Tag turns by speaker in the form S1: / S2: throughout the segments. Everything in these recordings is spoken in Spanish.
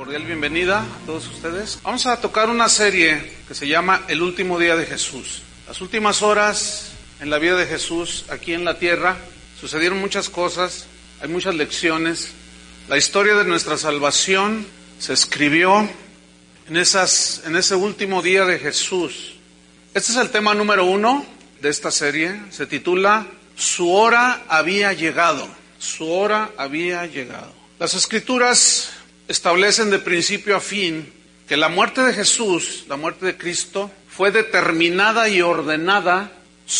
S1: Cordial bienvenida a todos ustedes. Vamos a tocar una serie que se llama El último día de Jesús. Las últimas horas en la vida de Jesús aquí en la tierra sucedieron muchas cosas, hay muchas lecciones. La historia de nuestra salvación se escribió en ese último día de Jesús. Este es el tema número 1 de esta serie. Se titula Su hora había llegado. Su hora había llegado. Las Escrituras establecen de principio a fin que la muerte de Jesús, la muerte de Cristo, fue determinada y ordenada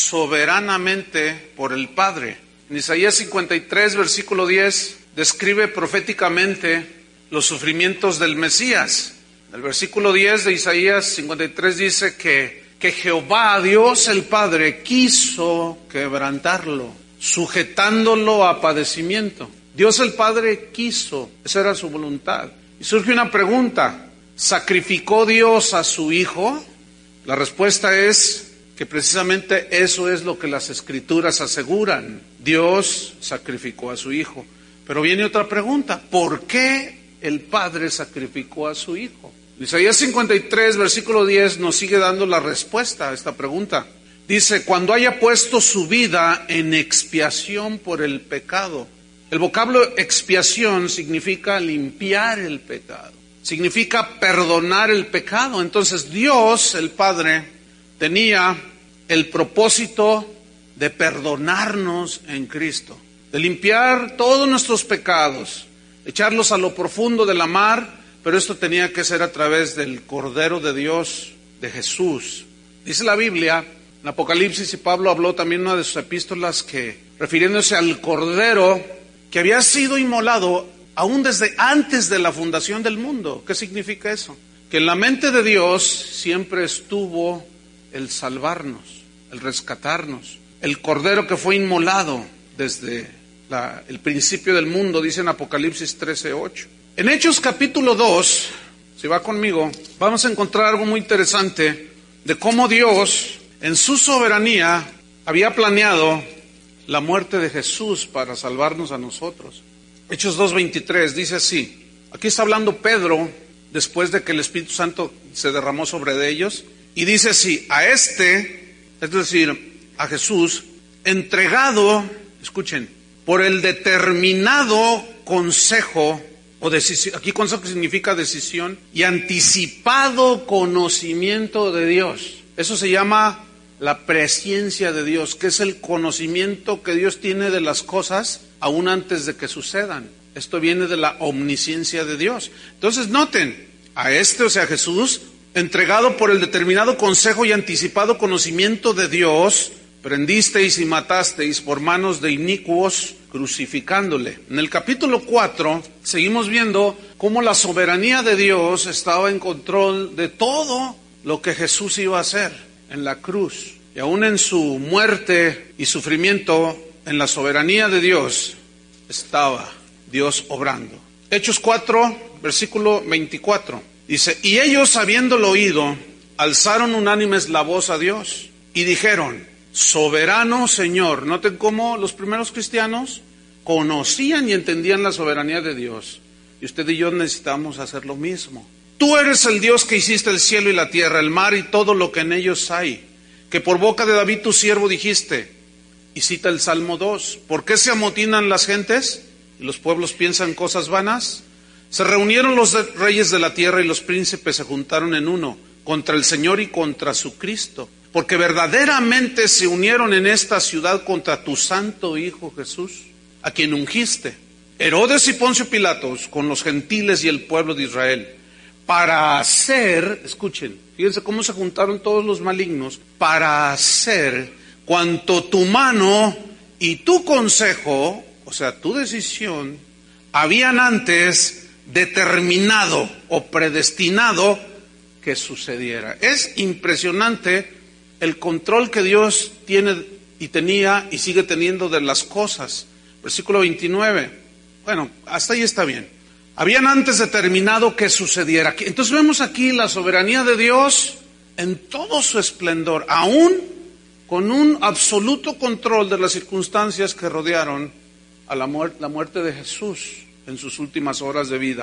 S1: soberanamente por el Padre. En Isaías 53, versículo 10, describe proféticamente los sufrimientos del Mesías. El versículo 10 de Isaías 53 dice que Jehová, Dios el Padre, quiso quebrantarlo, sujetándolo a padecimiento. Dios el Padre quiso, esa era su voluntad. Y surge una pregunta: ¿sacrificó Dios a su Hijo? La respuesta es que precisamente eso es lo que las Escrituras aseguran. Dios sacrificó a su Hijo. Pero viene otra pregunta: ¿por qué el Padre sacrificó a su Hijo? Isaías 53, versículo 10 nos sigue dando la respuesta a esta pregunta. Dice: cuando haya puesto su vida en expiación por el pecado. El vocablo expiación significa limpiar el pecado, significa perdonar el pecado. Entonces Dios, el Padre, tenía el propósito de perdonarnos en Cristo, de limpiar todos nuestros pecados, echarlos a lo profundo de la mar, pero esto tenía que ser a través del Cordero de Dios, de Jesús. Dice la Biblia, en Apocalipsis, y Pablo habló también en una de sus epístolas, que refiriéndose al Cordero que había sido inmolado aún desde antes de la fundación del mundo. ¿Qué significa eso? Que en la mente de Dios siempre estuvo el salvarnos, el rescatarnos. El Cordero que fue inmolado desde el principio del mundo, dice en Apocalipsis 13:8. En Hechos capítulo 2, si va conmigo, vamos a encontrar algo muy interesante de cómo Dios, en su soberanía, había planeado la muerte de Jesús para salvarnos a nosotros. Hechos 2:23 dice así. Aquí está hablando Pedro después de que el Espíritu Santo se derramó sobre ellos, y dice así: a este, es decir, a Jesús, entregado, escuchen, por el determinado consejo o decisión, aquí consejo significa decisión, y anticipado conocimiento de Dios. Eso se llama la presciencia de Dios, que es el conocimiento que Dios tiene de las cosas aún antes de que sucedan. Esto viene de la omnisciencia de Dios. Entonces noten, a este, o sea Jesús, entregado por el determinado consejo y anticipado conocimiento de Dios, prendisteis y matasteis por manos de inicuos, crucificándole. En el capítulo 4 seguimos viendo cómo la soberanía de Dios estaba en control de todo lo que Jesús iba a hacer en la cruz, y aún en su muerte y sufrimiento, en la soberanía de Dios estaba Dios obrando. Hechos 4, versículo 24, dice: y ellos, habiéndolo oído, alzaron unánimes la voz a Dios, y dijeron: soberano Señor. Noten cómo los primeros cristianos conocían y entendían la soberanía de Dios, y usted y yo necesitamos hacer lo mismo. Tú eres el Dios que hiciste el cielo y la tierra, el mar y todo lo que en ellos hay, que por boca de David tu siervo dijiste. Y cita el Salmo 2. ¿Por qué se amotinan las gentes y los pueblos piensan cosas vanas? Se reunieron los reyes de la tierra y los príncipes se juntaron en uno contra el Señor y contra su Cristo, porque verdaderamente se unieron en esta ciudad contra tu santo Hijo Jesús, a quien ungiste, Herodes y Poncio Pilatos, con los gentiles y el pueblo de Israel, para hacer, escuchen, fíjense cómo se juntaron todos los malignos, para hacer cuanto tu mano y tu consejo, o sea, tu decisión, habían antes determinado o predestinado que sucediera. Es impresionante el control que Dios tiene y tenía y sigue teniendo de las cosas. Versículo 29. Bueno, hasta ahí está bien. Habían antes determinado que sucediera. Entonces vemos aquí la soberanía de Dios en todo su esplendor, aún con un absoluto control de las circunstancias que rodearon a la muerte de Jesús en sus últimas horas de vida.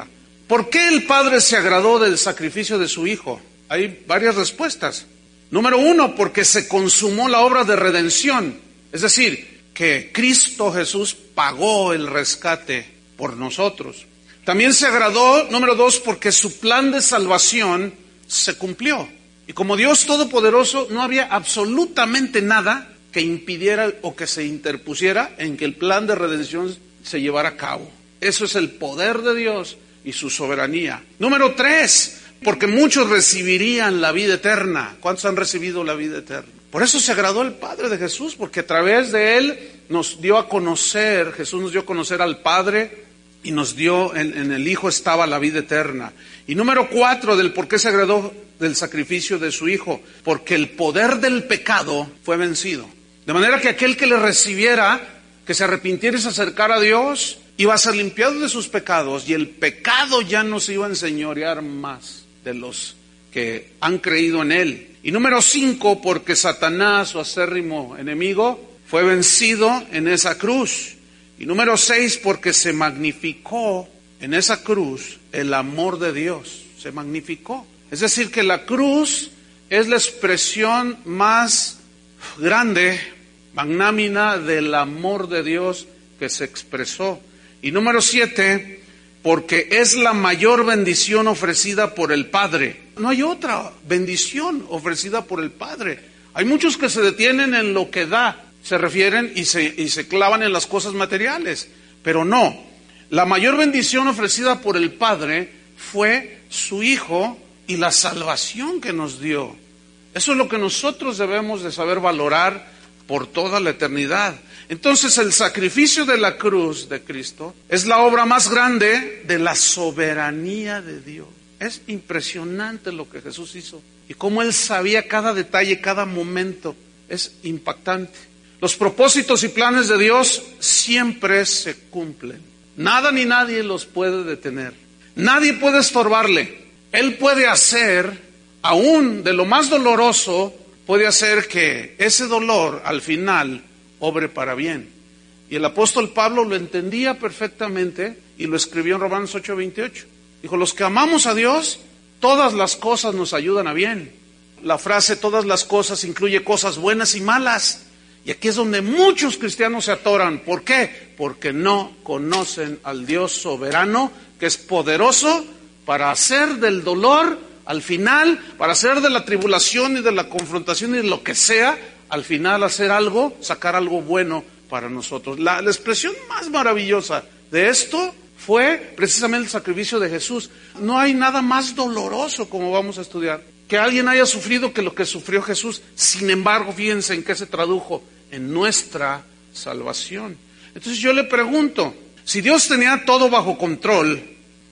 S1: ¿Por qué el Padre se agradó del sacrificio de su Hijo? Hay varias respuestas. Número 1, porque se consumó la obra de redención. Es decir, que Cristo Jesús pagó el rescate por nosotros. También se agradó, número 2, porque su plan de salvación se cumplió. Y como Dios Todopoderoso, no había absolutamente nada que impidiera o que se interpusiera en que el plan de redención se llevara a cabo. Eso es el poder de Dios y su soberanía. Número 3, porque muchos recibirían la vida eterna. ¿Cuántos han recibido la vida eterna? Por eso se agradó el Padre de Jesús, porque a través de Él nos dio a conocer, Jesús nos dio a conocer al Padre y nos dio, en el Hijo estaba la vida eterna. Y número 4, del por qué se agradó del sacrificio de su Hijo, porque el poder del pecado fue vencido. De manera que aquel que le recibiera, que se arrepintiera y se acercara a Dios, iba a ser limpiado de sus pecados y el pecado ya no se iba a enseñorear más de los que han creído en Él. Y número 5, porque Satanás, su acérrimo enemigo, fue vencido en esa cruz. Y número 6, porque se magnificó en esa cruz el amor de Dios. Se magnificó. Es decir, que la cruz es la expresión más grande, magnámina del amor de Dios que se expresó. Y número 7, porque es la mayor bendición ofrecida por el Padre. No hay otra bendición ofrecida por el Padre. Hay muchos que se detienen en lo que da, se refieren y se clavan en las cosas materiales. Pero no, la mayor bendición ofrecida por el Padre fue su Hijo y la salvación que nos dio. Eso es lo que nosotros debemos de saber valorar por toda la eternidad. Entonces el sacrificio de la cruz de Cristo es la obra más grande de la soberanía de Dios. Es impresionante lo que Jesús hizo y cómo Él sabía cada detalle, cada momento. Es impactante. Los propósitos y planes de Dios siempre se cumplen. Nada ni nadie los puede detener. Nadie puede estorbarle. Él puede hacer, aún de lo más doloroso, puede hacer que ese dolor al final obre para bien. Y el apóstol Pablo lo entendía perfectamente y lo escribió en Romanos 8:28. Dijo, los que amamos a Dios, todas las cosas nos ayudan a bien. La frase todas las cosas incluye cosas buenas y malas. Y aquí es donde muchos cristianos se atoran. ¿Por qué? Porque no conocen al Dios soberano, que es poderoso para hacer del dolor, al final, para hacer de la tribulación y de la confrontación y de lo que sea, al final hacer algo, sacar algo bueno para nosotros. La expresión más maravillosa de esto fue precisamente el sacrificio de Jesús. No hay nada más doloroso, como vamos a estudiar, que alguien haya sufrido que lo que sufrió Jesús. Sin embargo, fíjense en qué se tradujo: en nuestra salvación. Entonces yo le pregunto, si Dios tenía todo bajo control,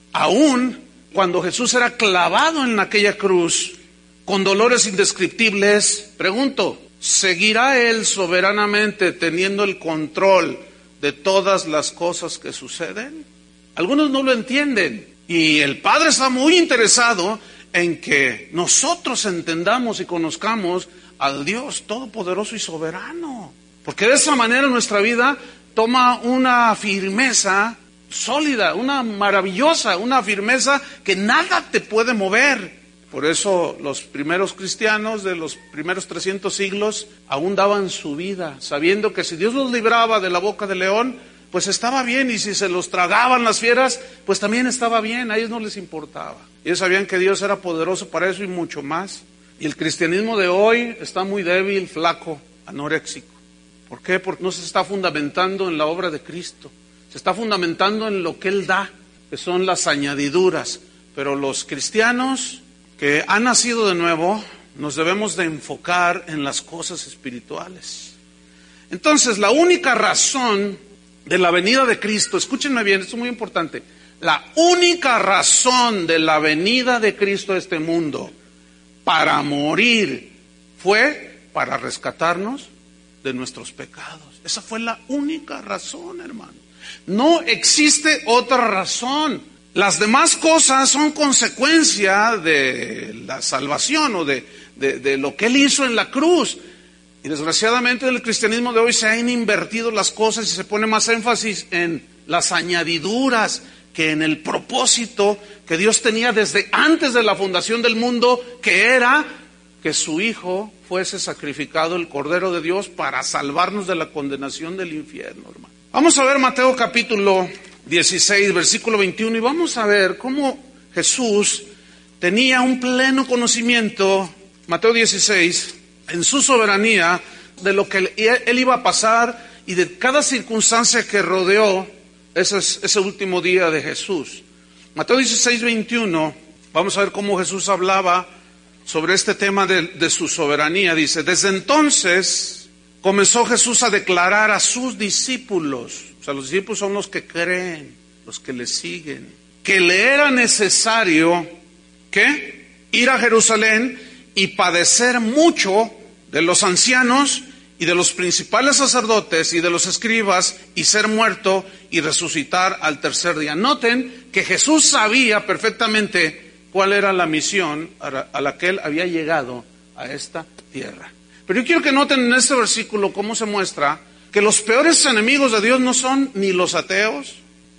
S1: aún cuando Jesús era clavado en aquella cruz, con dolores indescriptibles, pregunto, ¿seguirá Él soberanamente teniendo el control de todas las cosas que suceden? Algunos no lo entienden y el Padre está muy interesado en que nosotros entendamos y conozcamos al Dios todopoderoso y soberano, porque de esa manera nuestra vida toma una firmeza sólida, una maravillosa, una firmeza que nada te puede mover. Por eso los primeros cristianos de los primeros 300 siglos aún daban su vida, sabiendo que si Dios los libraba de la boca del león, pues estaba bien, y si se los tragaban las fieras, pues también estaba bien, a ellos no les importaba. Ellos sabían que Dios era poderoso para eso y mucho más. Y el cristianismo de hoy está muy débil, flaco, anoréxico. ¿Por qué? Porque no se está fundamentando en la obra de Cristo. Se está fundamentando en lo que Él da, que son las añadiduras. Pero los cristianos que han nacido de nuevo, nos debemos de enfocar en las cosas espirituales. Entonces, la única razón de la venida de Cristo, escúchenme bien, esto es muy importante, la única razón de la venida de Cristo a este mundo para morir fue para rescatarnos de nuestros pecados. Esa fue la única razón, hermano. No existe otra razón. Las demás cosas son consecuencia de la salvación o de lo que Él hizo en la cruz. Y desgraciadamente en el cristianismo de hoy se han invertido las cosas y se pone más énfasis en las añadiduras, que en el propósito que Dios tenía desde antes de la fundación del mundo, que era que su Hijo fuese sacrificado, el Cordero de Dios, para salvarnos de la condenación del infierno, hermano. Vamos a ver Mateo capítulo 16, versículo 21, y vamos a ver cómo Jesús tenía un pleno conocimiento, Mateo 16, en su soberanía, de lo que él iba a pasar y de cada circunstancia que rodeó ese último día de Jesús. Mateo 16, 21, vamos a ver cómo Jesús hablaba sobre este tema de su soberanía. Dice, desde entonces comenzó Jesús a declarar a sus discípulos, o sea, los discípulos son los que creen, los que le siguen, que le era necesario, ¿qué? Ir a Jerusalén y padecer mucho de los ancianos y de los principales sacerdotes y de los escribas, y ser muerto y resucitar al tercer día. Noten que Jesús sabía perfectamente cuál era la misión a la que él había llegado a esta tierra. Pero yo quiero que noten en este versículo cómo se muestra que los peores enemigos de Dios no son ni los ateos,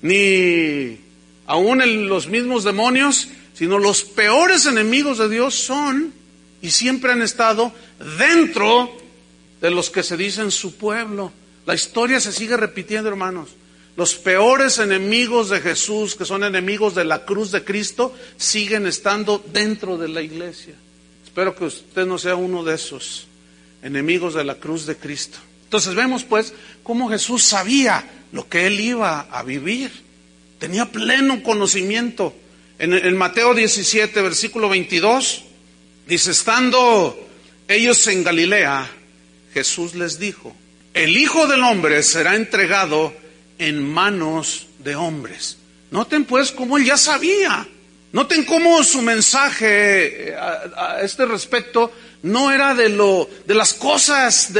S1: ni aún los mismos demonios, sino los peores enemigos de Dios son y siempre han estado dentro de los que se dicen su pueblo. La historia se sigue repitiendo, hermanos. Los peores enemigos de Jesús, que son enemigos de la cruz de Cristo, siguen estando dentro de la iglesia. Espero que usted no sea uno de esos enemigos de la cruz de Cristo. Entonces vemos pues cómo Jesús sabía lo que él iba a vivir. Tenía pleno conocimiento. En Mateo 17, versículo 22, dice, estando ellos en Galilea, Jesús les dijo, el Hijo del Hombre será entregado en manos de hombres. Noten pues cómo él ya sabía. Noten cómo su mensaje a este respecto no era de las cosas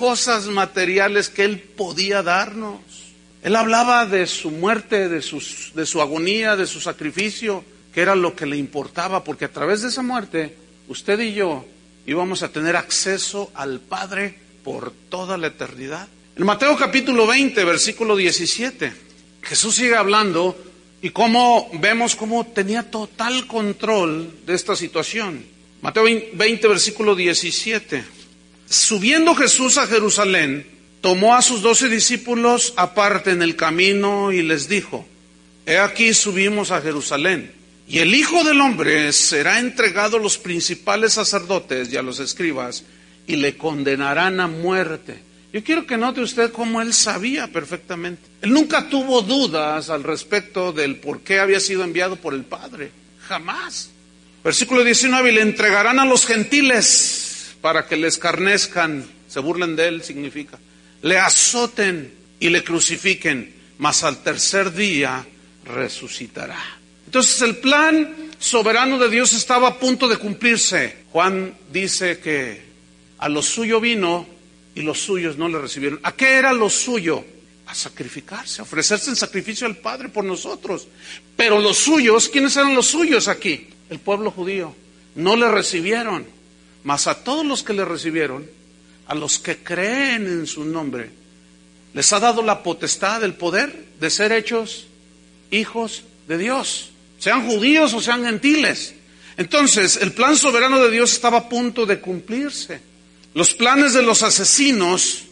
S1: materiales que él podía darnos. Él hablaba de su muerte, de su agonía, de su sacrificio, que era lo que le importaba, porque a través de esa muerte, usted y yo íbamos a tener acceso al Padre por toda la eternidad. En Mateo capítulo 20, versículo 17, Jesús sigue hablando y vemos cómo tenía total control de esta situación. Mateo 20, versículo 17. Subiendo Jesús a Jerusalén, tomó a sus 12 discípulos aparte en el camino y les dijo, he aquí subimos a Jerusalén, y el Hijo del Hombre será entregado a los principales sacerdotes y a los escribas, y le condenarán a muerte. Yo quiero que note usted cómo él sabía perfectamente. Él nunca tuvo dudas al respecto del por qué había sido enviado por el Padre. Jamás. Versículo 19, y le entregarán a los gentiles para que le escarnezcan, se burlen de él, significa. Le azoten y le crucifiquen, mas al tercer día resucitará. Entonces el plan soberano de Dios estaba a punto de cumplirse. Juan dice que a lo suyo vino y los suyos no le recibieron. ¿A qué era lo suyo? A sacrificarse, a ofrecerse en sacrificio al Padre por nosotros. Pero los suyos, ¿quiénes eran los suyos aquí? El pueblo judío. No le recibieron. Mas a todos los que le recibieron, a los que creen en su nombre, les ha dado la potestad, el poder de ser hechos hijos de Dios, sean judíos o sean gentiles. Entonces, el plan soberano de Dios estaba a punto de cumplirse. Los planes de los asesinos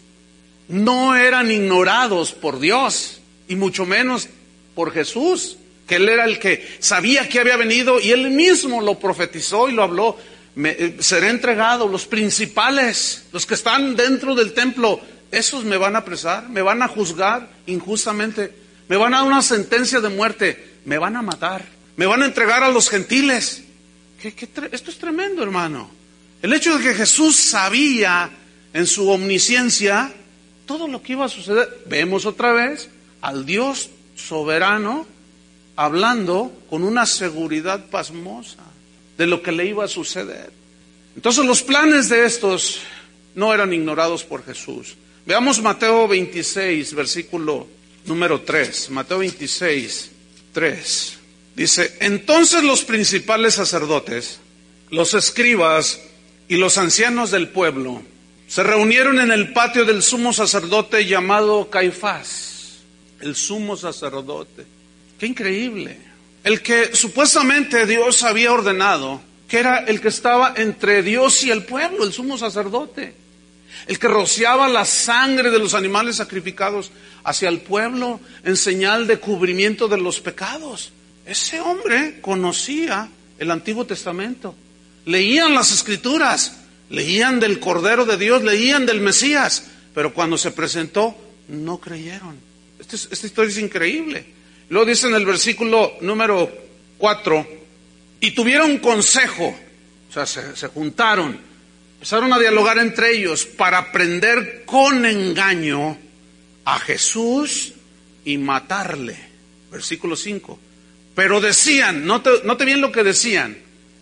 S1: no eran ignorados por Dios, y mucho menos por Jesús, que Él era el que sabía que había venido, y Él mismo lo profetizó y lo habló. Seré entregado, los principales, los que están dentro del templo, esos me van a apresar, me van a juzgar injustamente, me van a dar una sentencia de muerte, me van a matar, me van a entregar a los gentiles. Esto es tremendo, hermano. El hecho de que Jesús sabía en su omnisciencia todo lo que iba a suceder. Vemos otra vez al Dios soberano hablando con una seguridad pasmosa de lo que le iba a suceder. Entonces los planes de estos no eran ignorados por Jesús. Veamos Mateo 26, versículo número 3. Mateo 26, 3. Dice, entonces los principales sacerdotes, los escribas y los ancianos del pueblo se reunieron en el patio del sumo sacerdote llamado Caifás, el sumo sacerdote. Qué increíble. El que supuestamente Dios había ordenado, que era el que estaba entre Dios y el pueblo, el sumo sacerdote, el que rociaba la sangre de los animales sacrificados hacia el pueblo en señal de cubrimiento de los pecados. Ese hombre conocía el Antiguo Testamento, leían las Escrituras, leían del Cordero de Dios, leían del Mesías, pero cuando se presentó no creyeron. Esta historia es increíble. Luego dice en el versículo número 4, y tuvieron consejo, o sea, se juntaron, empezaron a dialogar entre ellos para prender con engaño a Jesús y matarle. Versículo 5. Pero decían, note bien lo que decían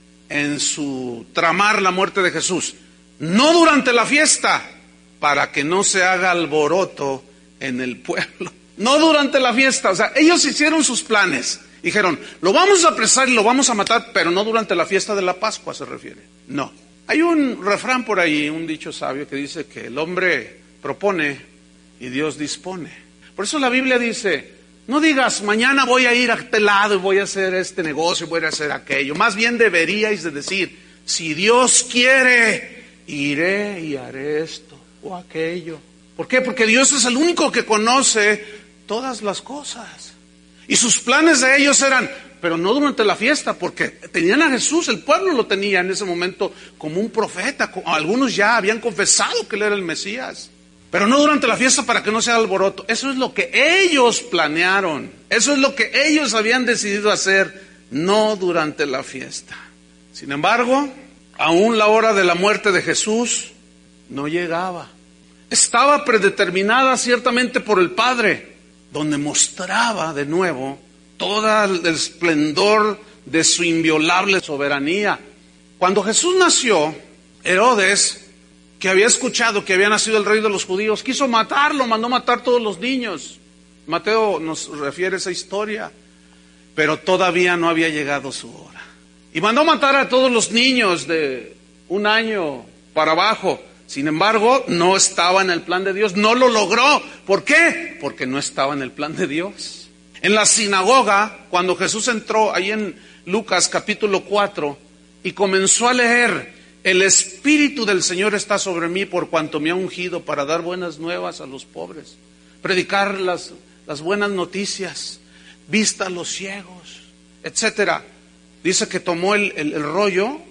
S1: en su tramar la muerte de Jesús: no durante la fiesta, para que no se haga alboroto en el pueblo. No durante la fiesta, o sea, ellos hicieron sus planes. Dijeron, lo vamos a apresar y lo vamos a matar, pero no durante la fiesta de la Pascua se refiere. No. Hay un refrán por ahí, un dicho sabio que dice que el hombre propone y Dios dispone. Por eso la Biblia dice, no digas, mañana voy a ir a este lado y voy a hacer este negocio, voy a hacer aquello. Más bien deberíais de decir, si Dios quiere, iré y haré esto o aquello. ¿Por qué? Porque Dios es el único que conoce todas las cosas. Y sus planes de ellos eran, pero no durante la fiesta, porque tenían a Jesús, el pueblo lo tenía en ese momento como un profeta. Algunos ya habían confesado que él era el Mesías. Pero no durante la fiesta para que no sea alboroto. Eso es lo que ellos planearon. Eso es lo que ellos habían decidido hacer, no durante la fiesta. Sin embargo, aún la hora de la muerte de Jesús no llegaba. Estaba predeterminada ciertamente por el Padre, donde mostraba de nuevo todo el esplendor de su inviolable soberanía. Cuando Jesús nació, Herodes, que había escuchado que había nacido el rey de los judíos, quiso matarlo, mandó matar todos los niños. Mateo nos refiere esa historia, pero todavía no había llegado su hora. Y mandó matar a todos los niños de 1 año para abajo. Sin embargo, no estaba en el plan de Dios, no lo logró. ¿Por qué? Porque no estaba en el plan de Dios. En la sinagoga, cuando Jesús entró ahí en Lucas capítulo 4 y comenzó a leer, el Espíritu del Señor está sobre mí por cuanto me ha ungido para dar buenas nuevas a los pobres, predicar las buenas noticias, vista a los ciegos, etcétera. Dice que tomó el rollo,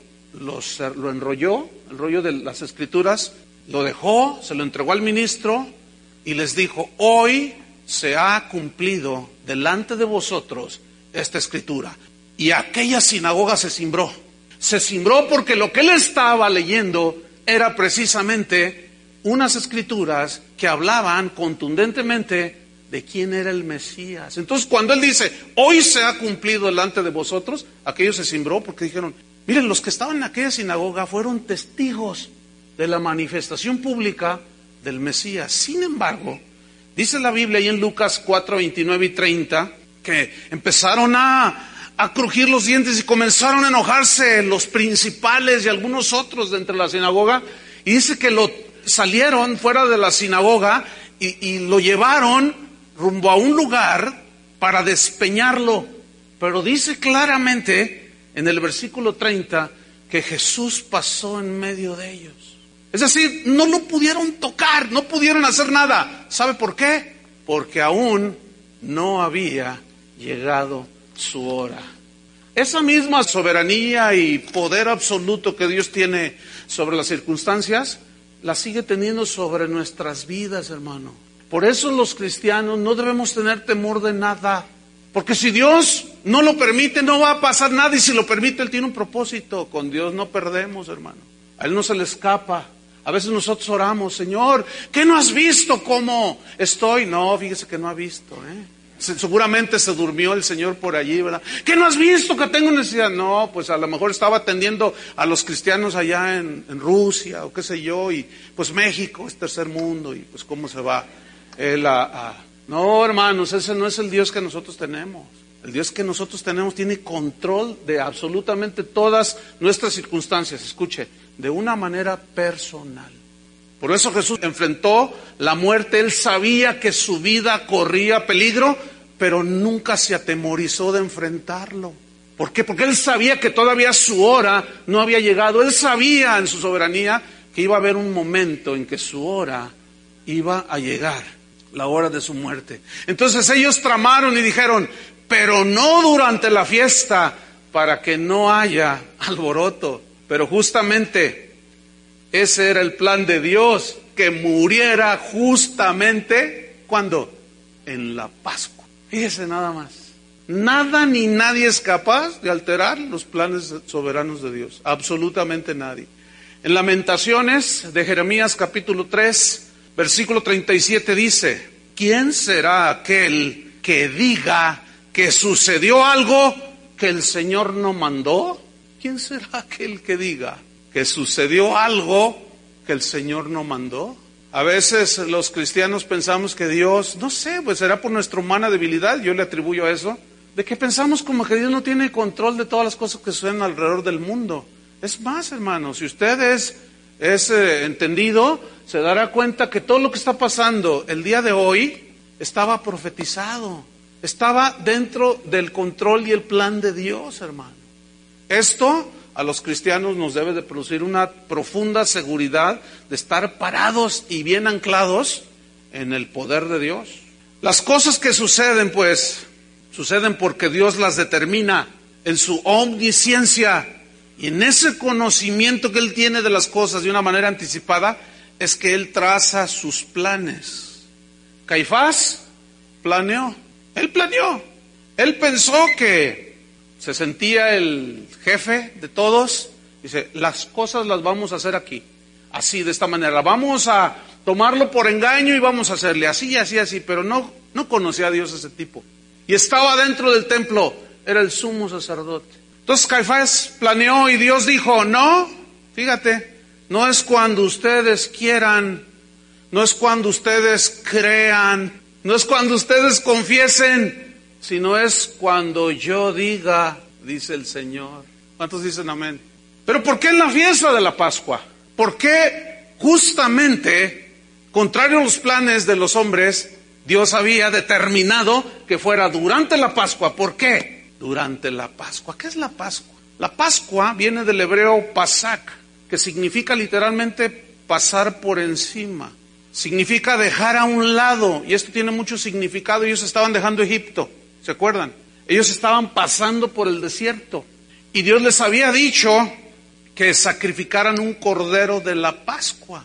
S1: lo enrolló, el rollo de las Escrituras, lo dejó, se lo entregó al ministro y les dijo, hoy se ha cumplido delante de vosotros esta Escritura. Y aquella sinagoga se cimbró. Se cimbró porque lo que él estaba leyendo era precisamente unas Escrituras que hablaban contundentemente de quién era el Mesías. Entonces cuando él dice, hoy se ha cumplido delante de vosotros, aquello se cimbró porque dijeron, miren, los que estaban en aquella sinagoga fueron testigos de la manifestación pública del Mesías. Sin embargo, dice la Biblia ahí en Lucas 4, 29 y 30, que empezaron a crujir los dientes y comenzaron a enojarse los principales y algunos otros de entre la sinagoga, y dice que lo salieron fuera de la sinagoga y lo llevaron rumbo a un lugar para despeñarlo. Pero dice claramente en el versículo 30 que Jesús pasó en medio de ellos. Es decir, no lo pudieron tocar, no pudieron hacer nada. ¿Sabe por qué? Porque aún no había llegado su hora. Esa misma soberanía y poder absoluto que Dios tiene sobre las circunstancias, la sigue teniendo sobre nuestras vidas, hermano. Por eso los cristianos no debemos tener temor de nada. Porque si Dios no lo permite, no va a pasar nada. Y si lo permite, Él tiene un propósito. Con Dios no perdemos, hermano. A Él no se le escapa. A veces nosotros oramos, Señor, ¿qué no has visto cómo estoy? No, fíjese que no ha visto, Seguramente se durmió el Señor por allí, ¿verdad? ¿Qué no has visto que tengo necesidad? No, pues a lo mejor estaba atendiendo a los cristianos allá en Rusia o qué sé yo. Y pues México es tercer mundo y pues cómo se va Él No, hermanos, ese no es el Dios que nosotros tenemos. El Dios que nosotros tenemos tiene control de absolutamente todas nuestras circunstancias. Escuche, de una manera personal. Por eso Jesús enfrentó la muerte. Él sabía que su vida corría peligro, pero nunca se atemorizó de enfrentarlo. ¿Por qué? Porque él sabía que todavía su hora no había llegado. Él sabía en su soberanía que iba a haber un momento en que su hora iba a llegar, la hora de su muerte. Entonces ellos tramaron y dijeron, pero no durante la fiesta, para que no haya alboroto. Pero justamente ese era el plan de Dios, que muriera justamente, ¿cuándo? En la Pascua. Fíjese nada más. Nada ni nadie es capaz de alterar los planes soberanos de Dios. Absolutamente nadie. En Lamentaciones de Jeremías capítulo 3, versículo 37 dice, ¿quién será aquel que diga que sucedió algo que el Señor no mandó? ¿Quién será aquel que diga que sucedió algo que el Señor no mandó? A veces los cristianos pensamos que Dios, no sé, pues será por nuestra humana debilidad, yo le atribuyo a eso, de que pensamos como que Dios no tiene control de todas las cosas que suceden alrededor del mundo. Es más, hermanos, si usted es entendido, se dará cuenta que todo lo que está pasando el día de hoy estaba profetizado, estaba dentro del control y el plan de Dios, hermano. Esto a los cristianos nos debe de producir una profunda seguridad de estar parados y bien anclados en el poder de Dios. Las cosas que suceden, pues, suceden porque Dios las determina en su omnisciencia, y en ese conocimiento que Él tiene de las cosas de una manera anticipada, es que Él traza sus planes. Caifás planeó, él pensó que se sentía el jefe de todos. Dice, las cosas las vamos a hacer aquí, así, de esta manera, vamos a tomarlo por engaño y vamos a hacerle así, así, pero no conocía a Dios ese tipo. Y estaba dentro del templo, era el sumo sacerdote. Entonces Caifás planeó y Dios dijo, no, fíjate, no es cuando ustedes quieran, no es cuando ustedes crean, no es cuando ustedes confiesen, sino es cuando yo diga, dice el Señor. ¿Cuántos dicen amén? Pero ¿por qué en la fiesta de la Pascua? ¿Por qué justamente, contrario a los planes de los hombres, Dios había determinado que fuera durante la Pascua? ¿Por qué? Durante la Pascua. ¿Qué es la Pascua? La Pascua viene del hebreo pasak, que significa literalmente pasar por encima. Significa dejar a un lado, y esto tiene mucho significado. Ellos estaban dejando Egipto, ¿se acuerdan? Ellos estaban pasando por el desierto, y Dios les había dicho que sacrificaran un cordero de la Pascua.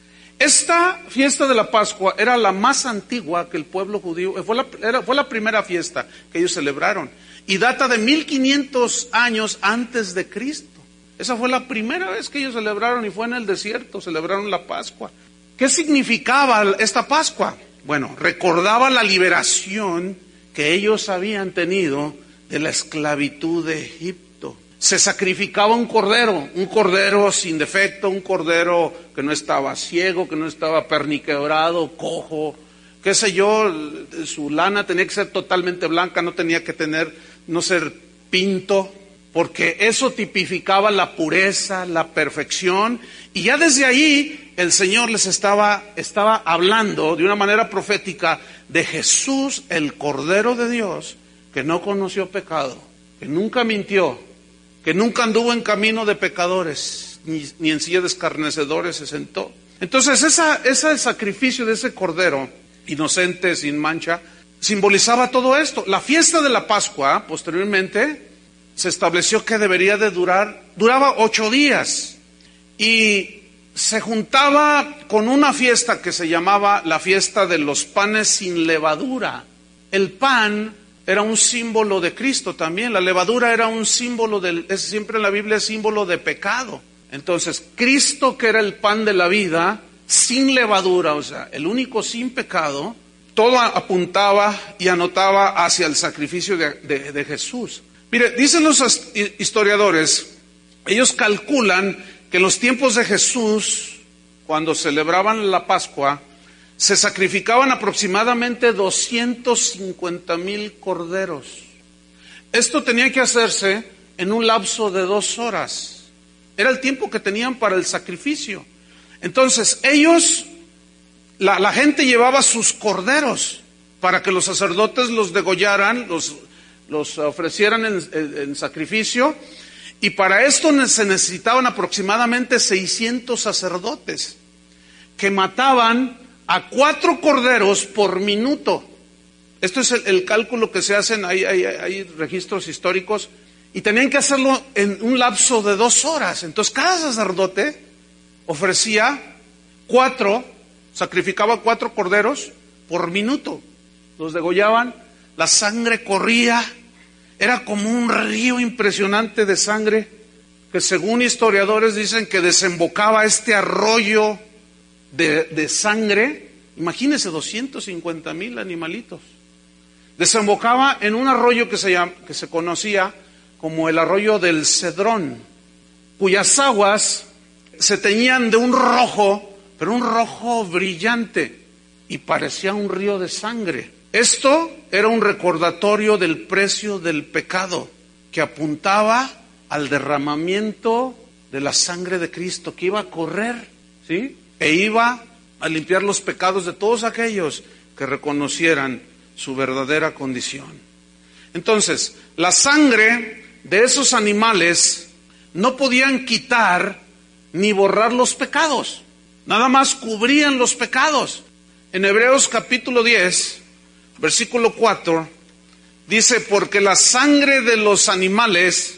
S1: Esta fiesta de la Pascua era la más antigua que el pueblo judío, fue la primera fiesta que ellos celebraron, y data de 1500 años antes de Cristo. Esa fue la primera vez que ellos celebraron, y fue en el desierto, celebraron la Pascua. ¿Qué significaba esta Pascua? Bueno, recordaba la liberación que ellos habían tenido de la esclavitud de Egipto. Se sacrificaba un cordero sin defecto, un cordero que no estaba ciego, que no estaba perniquebrado, cojo, qué sé yo, su lana tenía que ser totalmente blanca, no tenía que no ser pinto, porque eso tipificaba la pureza, la perfección, y ya desde ahí el Señor les estaba hablando de una manera profética de Jesús, el Cordero de Dios, que no conoció pecado, que nunca mintió, que nunca anduvo en camino de pecadores, ni en silla de escarnecedores se sentó. Entonces ese sacrificio de ese Cordero, inocente, sin mancha, simbolizaba todo esto. La fiesta de la Pascua, posteriormente, se estableció que duraba 8 días, y se juntaba con una fiesta que se llamaba la fiesta de los panes sin levadura. El pan era un símbolo de Cristo también, la levadura era un símbolo siempre en la Biblia es símbolo de pecado. Entonces, Cristo, que era el pan de la vida, sin levadura, o sea, el único sin pecado, todo apuntaba y anotaba hacia el sacrificio de Jesús. Mire, dicen los historiadores, ellos calculan que en los tiempos de Jesús, cuando celebraban la Pascua, se sacrificaban aproximadamente 250,000 corderos. Esto tenía que hacerse en un lapso de 2 horas. Era el tiempo que tenían para el sacrificio. Entonces, la gente llevaba sus corderos, para que los sacerdotes los degollaran, los ofrecieran en sacrificio, y para esto se necesitaban aproximadamente 600 sacerdotes que mataban a 4 corderos por minuto. Esto es el cálculo que se hacen, hay registros históricos, y tenían que hacerlo en un lapso de 2 horas. Entonces cada sacerdote ofrecía 4, sacrificaba 4 corderos por minuto. Los degollaban, la sangre corría, era como un río impresionante de sangre, que según historiadores dicen que desembocaba este arroyo de sangre. Imagínense, 250,000 animalitos. Desembocaba en un arroyo que se conocía como el arroyo del Cedrón, cuyas aguas se teñían de un rojo, pero un rojo brillante, y parecía un río de sangre. Esto era un recordatorio del precio del pecado, que apuntaba al derramamiento de la sangre de Cristo, que iba a correr, ¿sí? E iba a limpiar los pecados de todos aquellos que reconocieran su verdadera condición. Entonces, la sangre de esos animales no podían quitar ni borrar los pecados, nada más cubrían los pecados. En Hebreos capítulo 10, versículo 4, dice: porque la sangre de los animales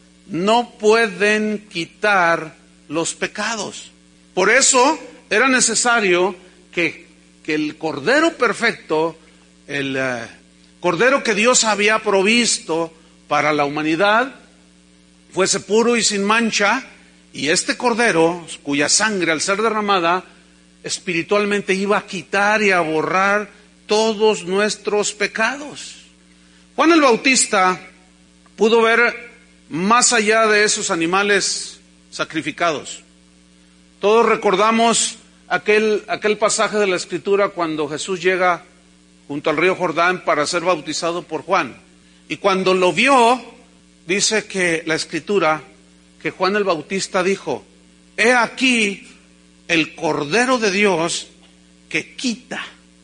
S1: no pueden quitar los pecados. Por eso era necesario que el Cordero perfecto, el Cordero que Dios había provisto para la humanidad, fuese puro y sin mancha, y este Cordero, cuya sangre al ser derramada, espiritualmente iba a quitar y a borrar todos nuestros pecados. Juan el Bautista pudo ver más allá de esos animales sacrificados. Todos recordamos aquel pasaje de la Escritura cuando Jesús llega junto al río Jordán para ser bautizado por Juan. Y cuando lo vio, dice que la Escritura, que Juan el Bautista dijo: he aquí el Cordero de Dios que quita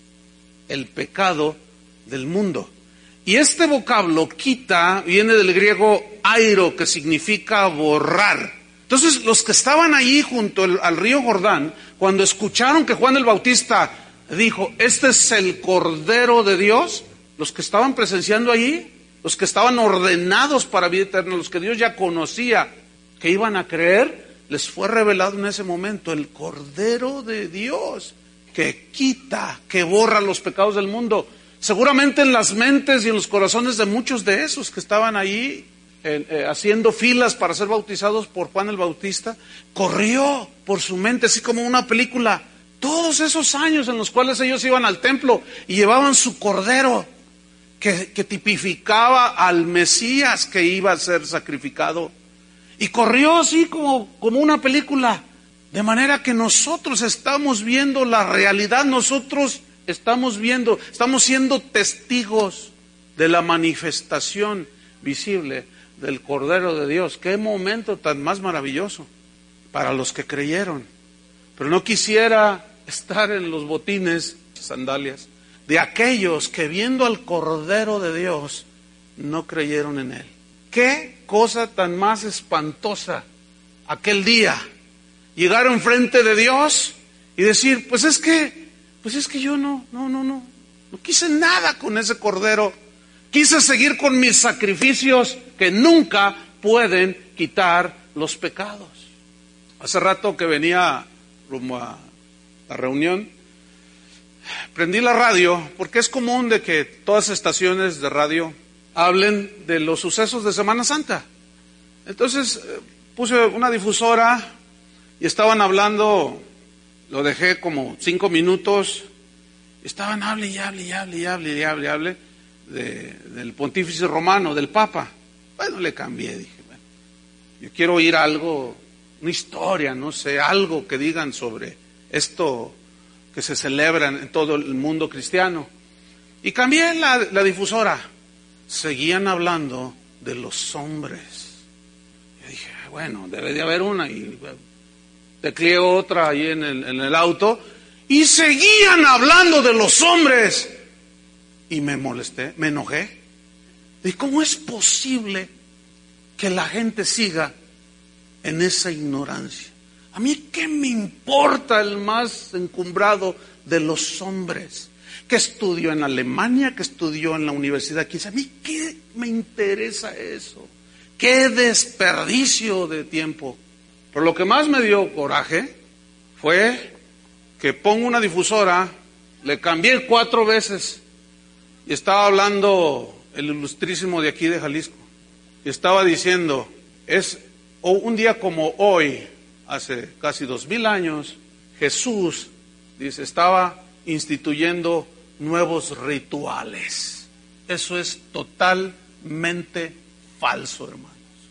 S1: el pecado del mundo. Y este vocablo, quita, viene del griego airo, que significa borrar. Entonces, los que estaban allí junto al río Jordán, cuando escucharon que Juan el Bautista dijo: este es el Cordero de Dios, los que estaban presenciando allí, los que estaban ordenados para vida eterna, los que Dios ya conocía que iban a creer, les fue revelado en ese momento el Cordero de Dios que quita, que borra los pecados del mundo. Seguramente en las mentes y en los corazones de muchos de esos que estaban ahí haciendo filas para ser bautizados por Juan el Bautista, corrió por su mente, así como una película, todos esos años en los cuales ellos iban al templo y llevaban su cordero que tipificaba al Mesías que iba a ser sacrificado. Y corrió así como una película, de manera que nosotros estamos viendo la realidad, nosotros estamos siendo testigos de la manifestación visible del Cordero de Dios. Qué momento tan más maravilloso para los que creyeron. Pero no quisiera estar en los botines, sandalias, de aquellos que viendo al Cordero de Dios no creyeron en Él. Qué cosa tan más espantosa aquel día, llegar enfrente de Dios y decir: pues es que yo no quise nada con ese Cordero, quise seguir con mis sacrificios que nunca pueden quitar los pecados. Hace rato que venía rumbo a la reunión, prendí la radio, porque es común de que todas las estaciones de radio hablen de los sucesos de Semana Santa. Entonces puse una difusora y estaban hablando, lo dejé como 5 minutos, estaban hable del pontífice romano, del Papa. Bueno, le cambié, dije, bueno, yo quiero oír algo, una historia, no sé, algo que digan sobre esto que se celebra en todo el mundo cristiano. Y cambié la difusora. Seguían hablando de los hombres. Yo dije, bueno, debe de haber una, y tecleé otra ahí en el auto, y seguían hablando de los hombres. y me molesté, me enojé. ¿Y cómo es posible que la gente siga en esa ignorancia? A mí, ¿qué me importa el más encumbrado de los hombres? Que estudió en Alemania, que estudió en la universidad 15. A mí, ¿qué me interesa eso? ¡Qué desperdicio de tiempo! Pero lo que más me dio coraje fue que pongo una difusora, le cambié 4 veces y estaba hablando el ilustrísimo de aquí de Jalisco. Y estaba diciendo, un día como hoy, hace casi 2000 años, Jesús, dice, estaba instituyendo nuevos rituales. Eso es totalmente falso, hermanos.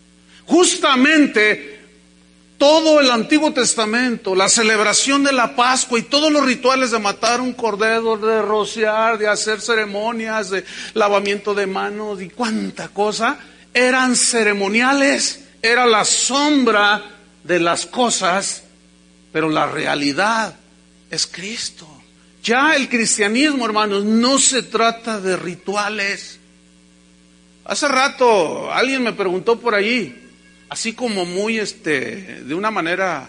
S1: Justamente todo el Antiguo Testamento, la celebración de la Pascua y todos los rituales de matar un cordero, de rociar, de hacer ceremonias, de lavamiento de manos y cuánta cosa, eran ceremoniales, era la sombra de las cosas, pero la realidad es Cristo. Ya el cristianismo, hermanos, no se trata de rituales. Hace rato alguien me preguntó por allí, así como muy de una manera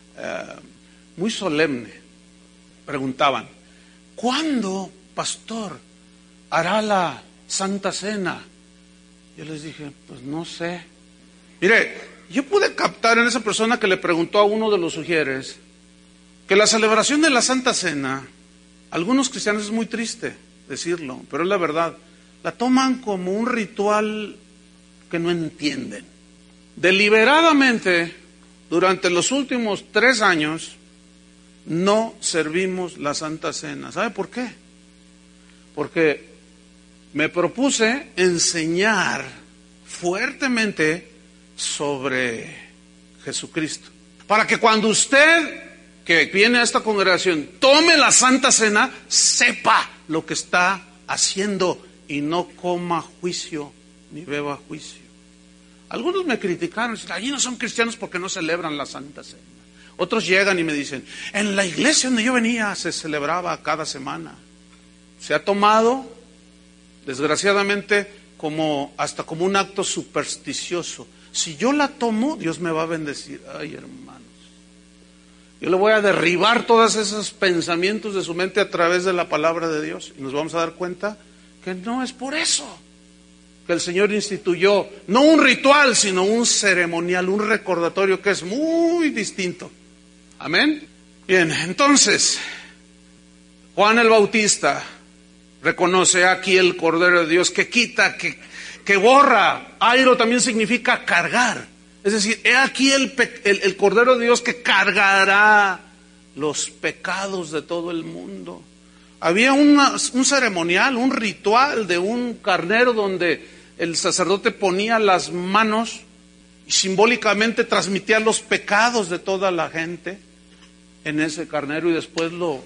S1: muy solemne, preguntaban, ¿cuándo, pastor, hará la Santa Cena? Yo les dije, pues no sé. Mire, yo pude captar en esa persona que le preguntó a uno de los sugieres que la celebración de la Santa Cena, algunos cristianos es muy triste decirlo, pero es la verdad, la toman como un ritual que no entienden. Deliberadamente, durante los últimos 3 años, no servimos la Santa Cena. ¿Sabe por qué? Porque me propuse enseñar fuertemente sobre Jesucristo. Para que cuando usted, que viene a esta congregación, tome la Santa Cena, sepa lo que está haciendo y no coma juicio ni beba juicio. Algunos me criticaron, dicen, allí no son cristianos porque no celebran la Santa Cena. Otros llegan y me dicen, en la iglesia donde yo venía se celebraba cada semana. Se ha tomado, desgraciadamente, hasta como un acto supersticioso. Si yo la tomo, Dios me va a bendecir. Ay, hermanos, yo le voy a derribar todos esos pensamientos de su mente a través de la palabra de Dios. Y nos vamos a dar cuenta que no es por eso que el Señor instituyó, no un ritual, sino un ceremonial, un recordatorio que es muy distinto. Amén. Bien, entonces, Juan el Bautista reconoce aquí el Cordero de Dios que quita, que borra. Airo también significa cargar. Es decir, he aquí el Cordero de Dios que cargará los pecados de todo el mundo. Había un ceremonial, un ritual de un carnero donde el sacerdote ponía las manos y simbólicamente transmitía los pecados de toda la gente en ese carnero y después lo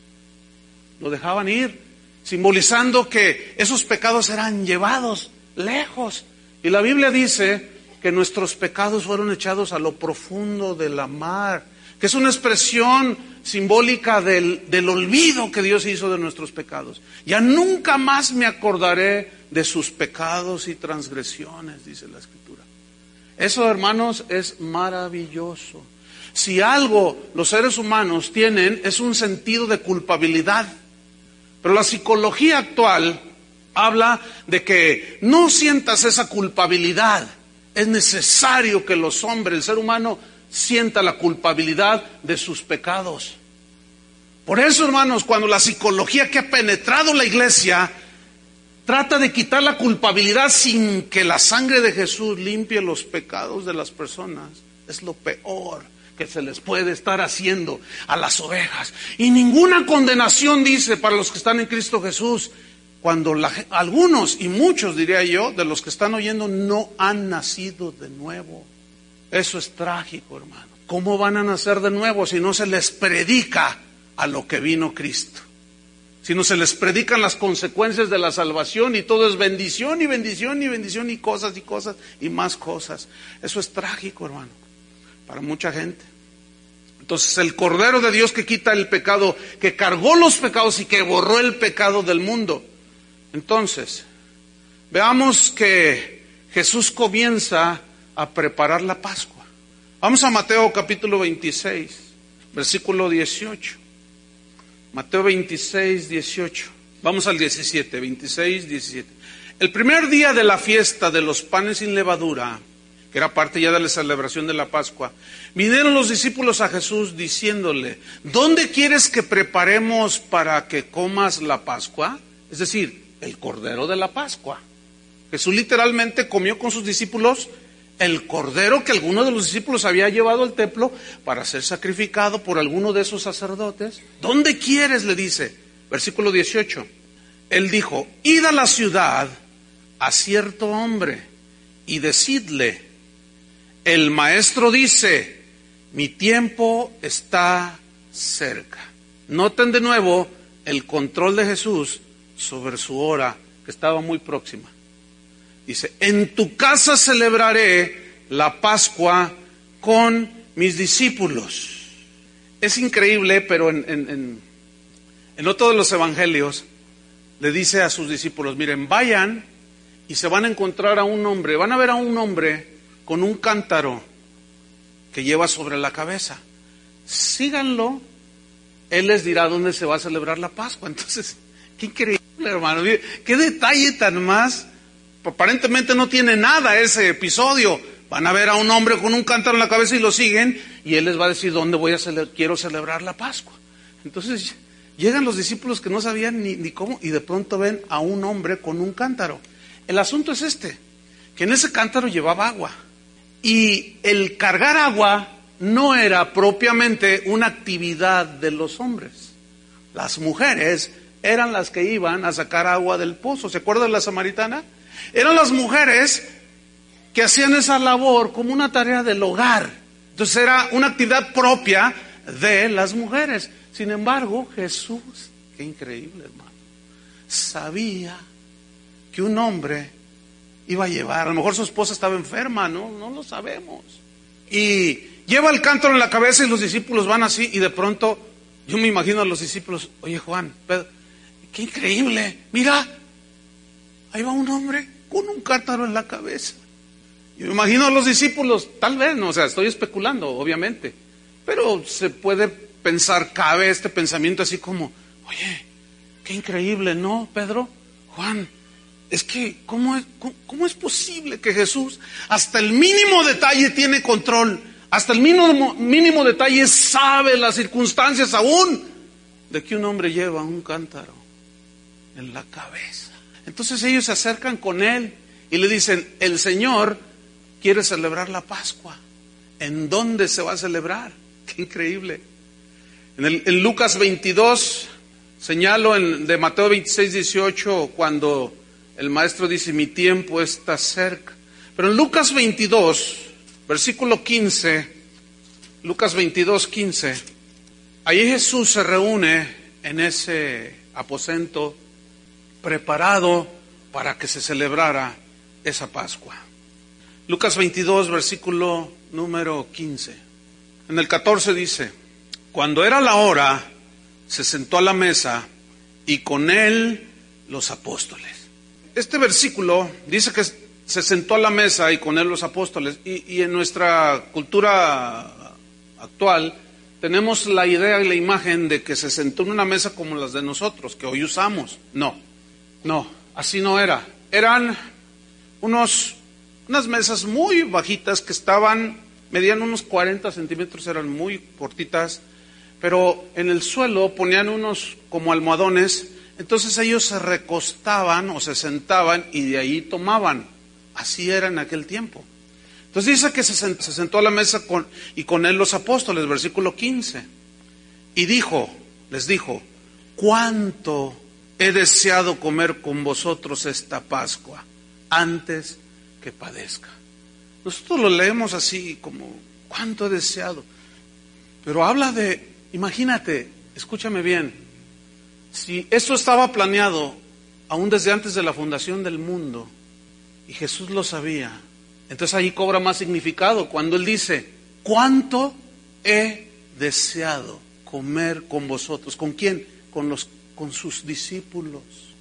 S1: dejaban ir, simbolizando que esos pecados eran llevados lejos. Y la Biblia dice que nuestros pecados fueron echados a lo profundo de la mar, que es una expresión simbólica del olvido que Dios hizo de nuestros pecados. Ya nunca más me acordaré de sus pecados y transgresiones, dice la Escritura. Eso, hermanos, es maravilloso. Si algo los seres humanos tienen, es un sentido de culpabilidad. Pero la psicología actual habla de que no sientas esa culpabilidad. Es necesario que los hombres, el ser humano, sienta la culpabilidad de sus pecados. Por eso, hermanos, cuando la psicología que ha penetrado la iglesia trata de quitar la culpabilidad sin que la sangre de Jesús limpie los pecados de las personas, es lo peor que se les puede estar haciendo a las ovejas. Y ninguna condenación, dice, para los que están en Cristo Jesús, cuando algunos y muchos, diría yo, de los que están oyendo no han nacido de nuevo. Eso es trágico, hermano. ¿Cómo van a nacer de nuevo si no se les predica a lo que vino Cristo? Si no se les predican las consecuencias de la salvación y todo es bendición y bendición y bendición y cosas y más cosas. Eso es trágico, hermano, para mucha gente. Entonces el Cordero de Dios que quita el pecado, que cargó los pecados y que borró el pecado del mundo, Entonces, veamos que Jesús comienza a preparar la Pascua. Vamos a Mateo capítulo 26, versículo 18. Mateo 26, 18. Vamos al 17, 26, 17. El primer día de la fiesta de los panes sin levadura, que era parte ya de la celebración de la Pascua, vinieron los discípulos a Jesús diciéndole: ¿dónde quieres que preparemos para que comas la Pascua? Es decir, el cordero de la Pascua. Jesús literalmente comió con sus discípulos el cordero que alguno de los discípulos había llevado al templo para ser sacrificado por alguno de esos sacerdotes. ¿Dónde quieres?, le dice. Versículo 18. Él dijo: id a la ciudad a cierto hombre y decidle: el maestro dice, mi tiempo está cerca. Noten de nuevo el control de Jesús sobre su hora, que estaba muy próxima. Dice: en tu casa celebraré la Pascua con mis discípulos. Es increíble, pero en otro de los evangelios le dice a sus discípulos: miren, vayan y se van a encontrar a un hombre, van a ver a un hombre con un cántaro que lleva sobre la cabeza. Síganlo, él les dirá dónde se va a celebrar la Pascua. Entonces, qué increíble, hermano, qué detalle tan más. Aparentemente no tiene nada ese episodio. Van a ver a un hombre con un cántaro en la cabeza y lo siguen, y él les va a decir dónde quiero celebrar la Pascua. Entonces llegan los discípulos que no sabían ni cómo, y de pronto ven a un hombre con un cántaro. El asunto es que en ese cántaro llevaba agua, y el cargar agua no era propiamente una actividad de los hombres. Las mujeres eran las que iban a sacar agua del pozo. ¿Se acuerdan de la samaritana? Eran las mujeres que hacían esa labor como una tarea del hogar. Entonces era una actividad propia de las mujeres. Sin embargo, Jesús, qué increíble, hermano, sabía que un hombre iba a llevar, a lo mejor su esposa estaba enferma, no lo sabemos, y lleva el cántaro en la cabeza, y los discípulos van así, y de pronto yo me imagino a los discípulos: oye, Juan, Pedro, qué increíble, mira, ahí va un hombre con un cántaro en la cabeza. Yo me imagino a los discípulos, tal vez, no, o sea, estoy especulando, obviamente, pero se puede pensar, cabe este pensamiento así como: oye, qué increíble, ¿no, Pedro? Juan, es que, ¿cómo es posible que Jesús hasta el mínimo detalle tiene control? Hasta el mínimo detalle sabe las circunstancias aún de que un hombre lleva un cántaro en la cabeza. Entonces ellos se acercan con él y le dicen: el Señor quiere celebrar la Pascua. ¿En dónde se va a celebrar? Qué increíble. En Lucas 22, señalo de Mateo 26, 18, cuando el maestro dice: mi tiempo está cerca. Pero en Lucas 22, versículo 15, Lucas 22, 15, ahí Jesús se reúne en ese aposento preparado para que se celebrara esa Pascua. Lucas 22, versículo número 15. En el 14 dice: cuando era la hora, se sentó a la mesa y con él los apóstoles. Este versículo dice que se sentó a la mesa y con él los apóstoles, y en nuestra cultura actual tenemos la idea y la imagen de que se sentó en una mesa como las de nosotros, que hoy usamos. No, así no era. Eran unas mesas muy bajitas que medían unos 40 centímetros, eran muy cortitas, pero en el suelo ponían unos como almohadones. Entonces ellos se recostaban o se sentaban y de ahí tomaban. Así era en aquel tiempo. Entonces dice que se sentó a la mesa y con él los apóstoles, versículo 15. Y les dijo: cuánto he deseado comer con vosotros esta Pascua antes que padezca. Nosotros lo leemos así como: cuánto he deseado. Pero habla de, imagínate, escúchame bien. Si esto estaba planeado aún desde antes de la fundación del mundo y Jesús lo sabía, entonces ahí cobra más significado cuando Él dice: ¿cuánto he deseado comer con vosotros? ¿Con quién? Con sus discípulos.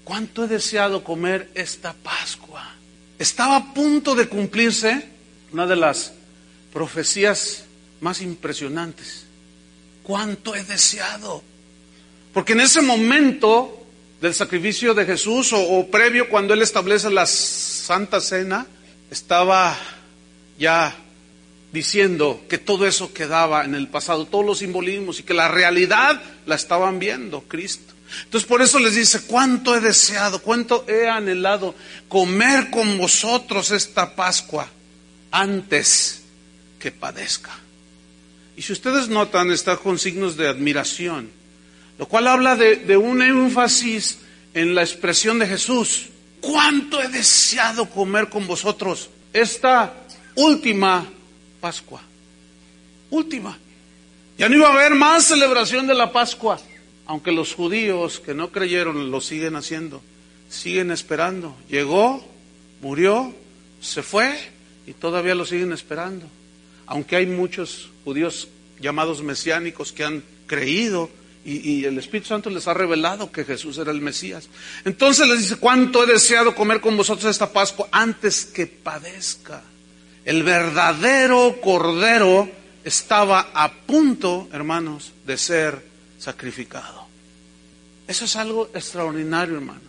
S1: ¿cuánto he deseado comer esta Pascua? Estaba a punto de cumplirse una de las profecías más impresionantes. ¿Cuánto he deseado? Porque en ese momento del sacrificio de Jesús, o previo, cuando Él establece la Santa Cena, estaba ya diciendo que todo eso quedaba en el pasado, todos los simbolismos, y que la realidad la estaban viendo Cristo. Entonces por eso les dice, cuánto he deseado, cuánto he anhelado comer con vosotros esta Pascua antes que padezca. Y si ustedes notan, está con signos de admiración, lo cual habla de un énfasis en la expresión de Jesús. Cuánto he deseado comer con vosotros esta última Pascua. Última. Ya no iba a haber más celebración de la Pascua. Aunque los judíos que no creyeron lo siguen haciendo, siguen esperando. Llegó, murió, se fue y todavía lo siguen esperando. Aunque hay muchos judíos llamados mesiánicos que han creído y el Espíritu Santo les ha revelado que Jesús era el Mesías. Entonces les dice, cuánto he deseado comer con vosotros esta Pascua antes que padezca. El verdadero Cordero estaba a punto, hermanos, de ser sacrificado. Eso es algo extraordinario, hermanos.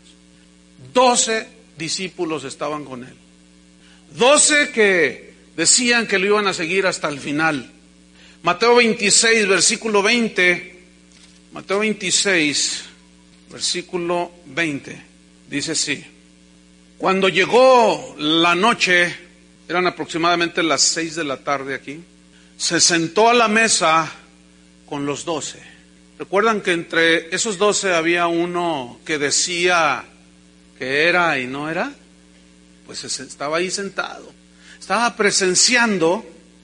S1: 12 discípulos estaban con él. 12 que decían que lo iban a seguir hasta el final. Mateo 26, versículo 20. Mateo 26, versículo 20. Dice así. Cuando llegó la noche, eran aproximadamente las 6 de la tarde aquí, se sentó a la mesa con los 12. ¿Recuerdan que entre esos 12 había uno que decía que era y no era? Pues estaba ahí sentado. Estaba presenciando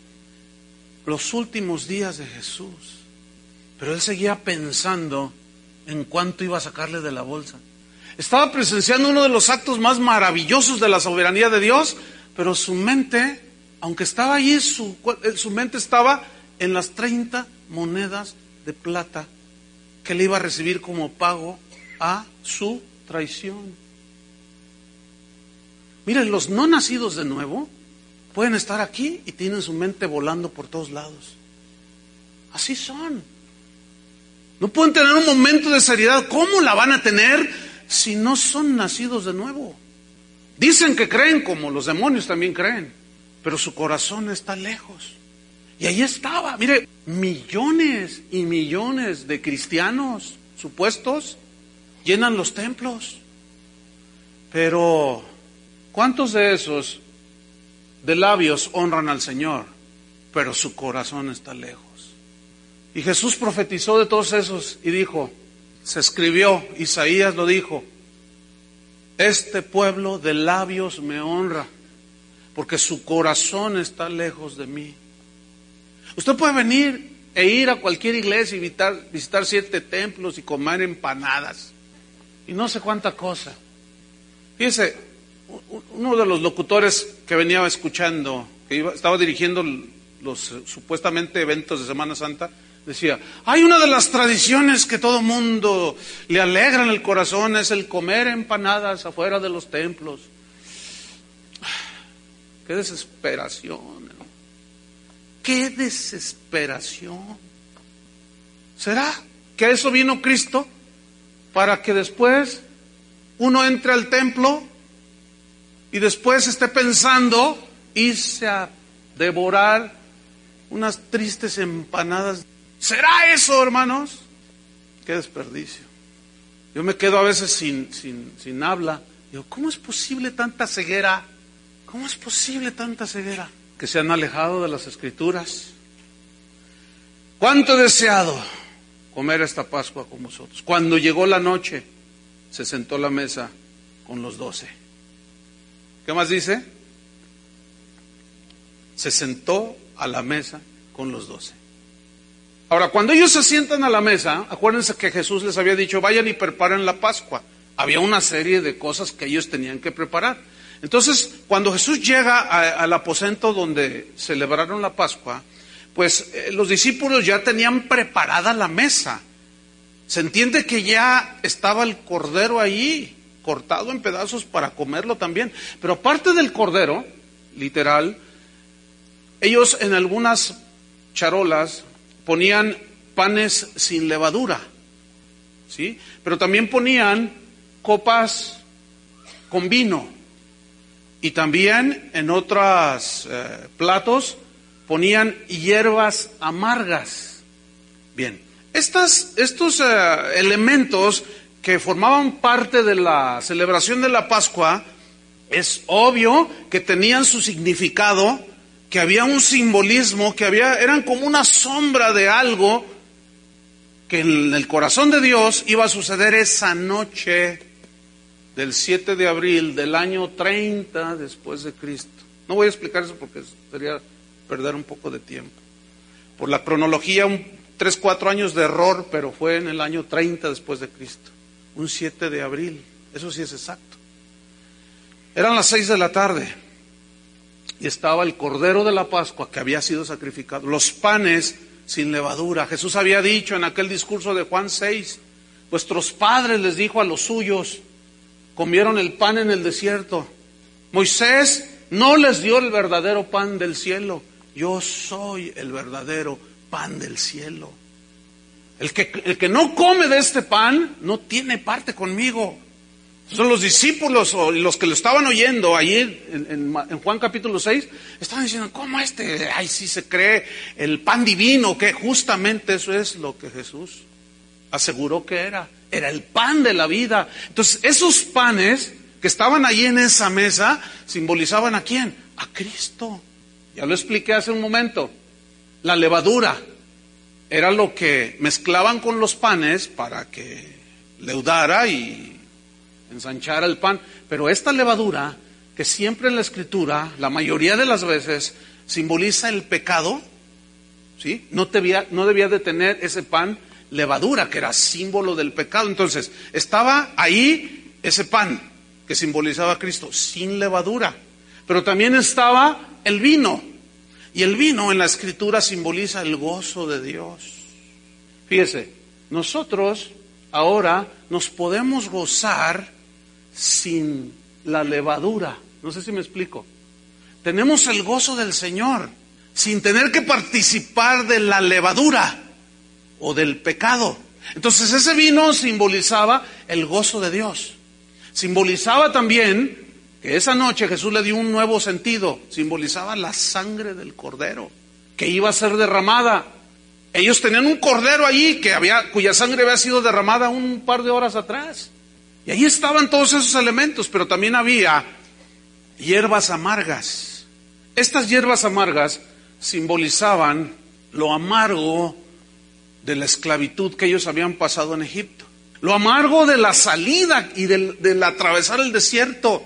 S1: los últimos días de Jesús. Pero él seguía pensando en cuánto iba a sacarle de la bolsa. Estaba presenciando uno de los actos más maravillosos de la soberanía de Dios, pero su mente, aunque estaba allí, su mente estaba en las 30 monedas de plata que le iba a recibir como pago a su traición. Miren, los no nacidos de nuevo pueden estar aquí y tienen su mente volando por todos lados. Así son. No pueden tener un momento de seriedad. ¿Cómo la van a tener si no son nacidos de nuevo? Dicen que creen, como los demonios también creen, pero su corazón está lejos. Y ahí estaba, mire, millones y millones de cristianos supuestos llenan los templos. Pero, ¿cuántos de esos de labios honran al Señor? Pero su corazón está lejos. Y Jesús profetizó de todos esos y dijo, se escribió, Isaías lo dijo, este pueblo de labios me honra, porque su corazón está lejos de mí. Usted puede venir e ir a cualquier iglesia y visitar 7 templos y comer empanadas y no sé cuánta cosa. Fíjese, uno de los locutores que venía escuchando, que estaba dirigiendo los supuestamente eventos de Semana Santa, decía, hay una de las tradiciones que todo mundo le alegra en el corazón, es el comer empanadas afuera de los templos. Qué desesperación, ¿no? Qué desesperación. ¿Será que a eso vino Cristo? Para que después uno entre al templo y después esté pensando irse a devorar unas tristes empanadas. ¿Será eso, hermanos? Qué desperdicio. Yo me quedo a veces sin habla. Digo, ¿cómo es posible tanta ceguera? ¿Cómo es posible tanta ceguera? Que se han alejado de las Escrituras. ¿Cuánto he deseado comer esta Pascua con vosotros? Cuando llegó la noche, se sentó a la mesa con los 12. ¿Qué más dice? Se sentó a la mesa con los 12. Ahora, cuando ellos se sientan a la mesa, acuérdense que Jesús les había dicho, vayan y preparen la Pascua. Había una serie de cosas que ellos tenían que preparar. Entonces, cuando Jesús llega al aposento donde celebraron la Pascua, pues los discípulos ya tenían preparada la mesa. Se entiende que ya estaba el Cordero ahí, cortado en pedazos para comerlo también. Pero aparte del cordero, literal, ellos en algunas charolas ponían panes sin levadura, ¿sí? Pero también ponían copas con vino. Y también en otros platos ponían hierbas amargas. Bien, estos elementos que formaban parte de la celebración de la Pascua, es obvio que tenían su significado, que había un simbolismo, eran como una sombra de algo que en el corazón de Dios iba a suceder esa noche del 7 de abril del año 30 después de Cristo. No voy a explicar eso porque sería perder un poco de tiempo. Por la cronología, 3-4 años de error, pero fue en el año 30 después de Cristo. Un 7 de abril, eso sí es exacto. Eran las 6 de la tarde y estaba el Cordero de la Pascua que había sido sacrificado, los panes sin levadura. Jesús había dicho en aquel discurso de Juan 6, vuestros padres, les dijo a los suyos, comieron el pan en el desierto. Moisés no les dio el verdadero pan del cielo. Yo soy el verdadero pan del cielo. El que no come de este pan no tiene parte conmigo. Son los discípulos o los que lo estaban oyendo allí en Juan capítulo 6, estaban diciendo, ¿cómo ay, sí se cree el pan divino? Que justamente eso es lo que Jesús aseguró que era el pan de la vida. Entonces, esos panes que estaban allí en esa mesa, simbolizaban ¿a quién? A Cristo. Ya lo expliqué hace un momento. La levadura era lo que mezclaban con los panes para que leudara y ensanchara el pan. Pero esta levadura, que siempre en la Escritura, la mayoría de las veces, simboliza el pecado, ¿sí? No debía de tener ese pan levadura, que era símbolo del pecado. Entonces, estaba ahí ese pan que simbolizaba a Cristo, sin levadura. Pero también estaba el vino. Y el vino en la Escritura simboliza el gozo de Dios. Fíjese, nosotros ahora nos podemos gozar sin la levadura. No sé si me explico. Tenemos el gozo del Señor sin tener que participar de la levadura o del pecado. Entonces ese vino simbolizaba el gozo de Dios. Simbolizaba también que esa noche Jesús le dio un nuevo sentido. Simbolizaba la sangre del Cordero que iba a ser derramada. Ellos tenían un cordero allí cuya sangre había sido derramada un par de horas atrás. Y ahí estaban todos esos elementos, pero también había hierbas amargas. Estas hierbas amargas simbolizaban lo amargo de la esclavitud que ellos habían pasado en Egipto. Lo amargo de la salida y del atravesar el desierto.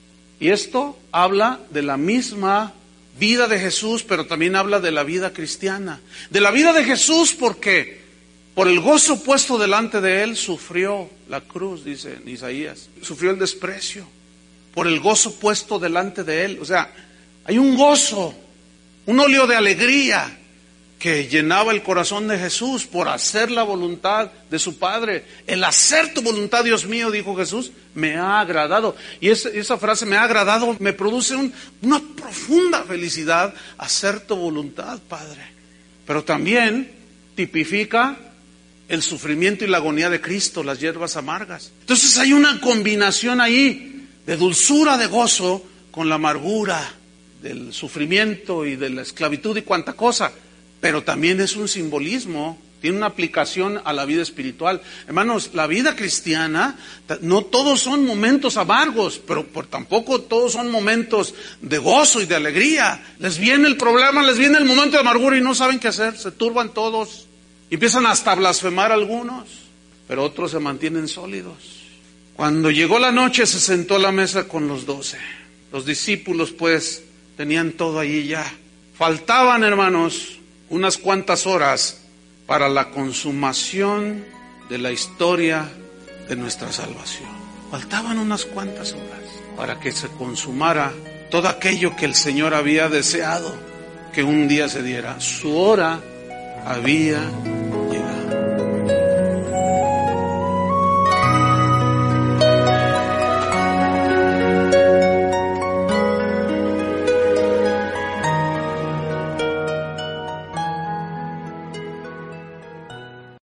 S1: Y esto habla de la misma vida de Jesús, pero también habla de la vida cristiana. De la vida de Jesús porque por el gozo puesto delante de él sufrió la cruz, dice en Isaías. Sufrió el desprecio por el gozo puesto delante de él. O sea, hay un gozo, un óleo de alegría que llenaba el corazón de Jesús por hacer la voluntad de su Padre. El hacer tu voluntad, Dios mío, dijo Jesús, me ha agradado. Y esa frase, me ha agradado, me produce una profunda felicidad hacer tu voluntad, Padre. Pero también tipifica el sufrimiento y la agonía de Cristo, las hierbas amargas. Entonces hay una combinación ahí de dulzura, de gozo, con la amargura del sufrimiento y de la esclavitud y cuanta cosa. Pero también es un simbolismo, tiene una aplicación a la vida espiritual. Hermanos, la vida cristiana, no todos son momentos amargos, pero tampoco todos son momentos de gozo y de alegría. Les viene el problema, les viene el momento de amargura y no saben qué hacer, se turban todos. Y empiezan hasta a blasfemar algunos, pero otros se mantienen sólidos. Cuando llegó la noche se sentó a la mesa con los 12. Los discípulos pues tenían todo allí ya. Faltaban, hermanos, unas cuantas horas para la consumación de la historia de nuestra salvación. Faltaban unas cuantas horas para que se consumara todo aquello que el Señor había deseado que un día se diera. Su hora había